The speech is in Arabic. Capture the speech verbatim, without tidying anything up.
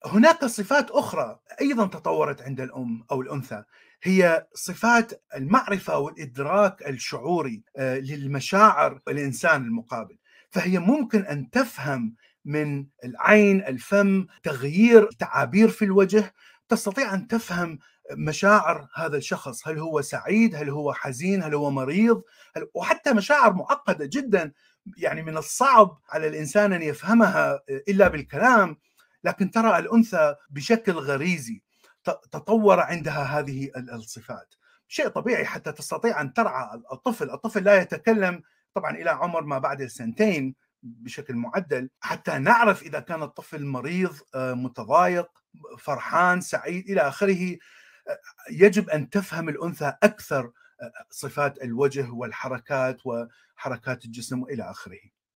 هناك صفات أخرى أيضا تطورت عند الأم أو الأنثى، هي صفات المعرفة والإدراك الشعوري للمشاعر الإنسان المقابل. فهي ممكن أن تفهم من العين، الفم، تغيير تعابير في الوجه، تستطيع أن تفهم مشاعر هذا الشخص، هل هو سعيد، هل هو حزين، هل هو مريض، هل... وحتى مشاعر معقدة جدا، يعني من الصعب على الإنسان أن يفهمها إلا بالكلام، لكن ترى الأنثى بشكل غريزي تطور عندها هذه الصفات. شيء طبيعي حتى تستطيع أن ترعى الطفل. الطفل لا يتكلم طبعا إلى عمر ما بعد السنتين بشكل معدل، حتى نعرف إذا كان الطفل مريض، متضايق، فرحان، سعيد إلى آخره. يجب أن تفهم الأنثى أكثر صفات الوجه والحركات وحركات الجسم وإلى آخره.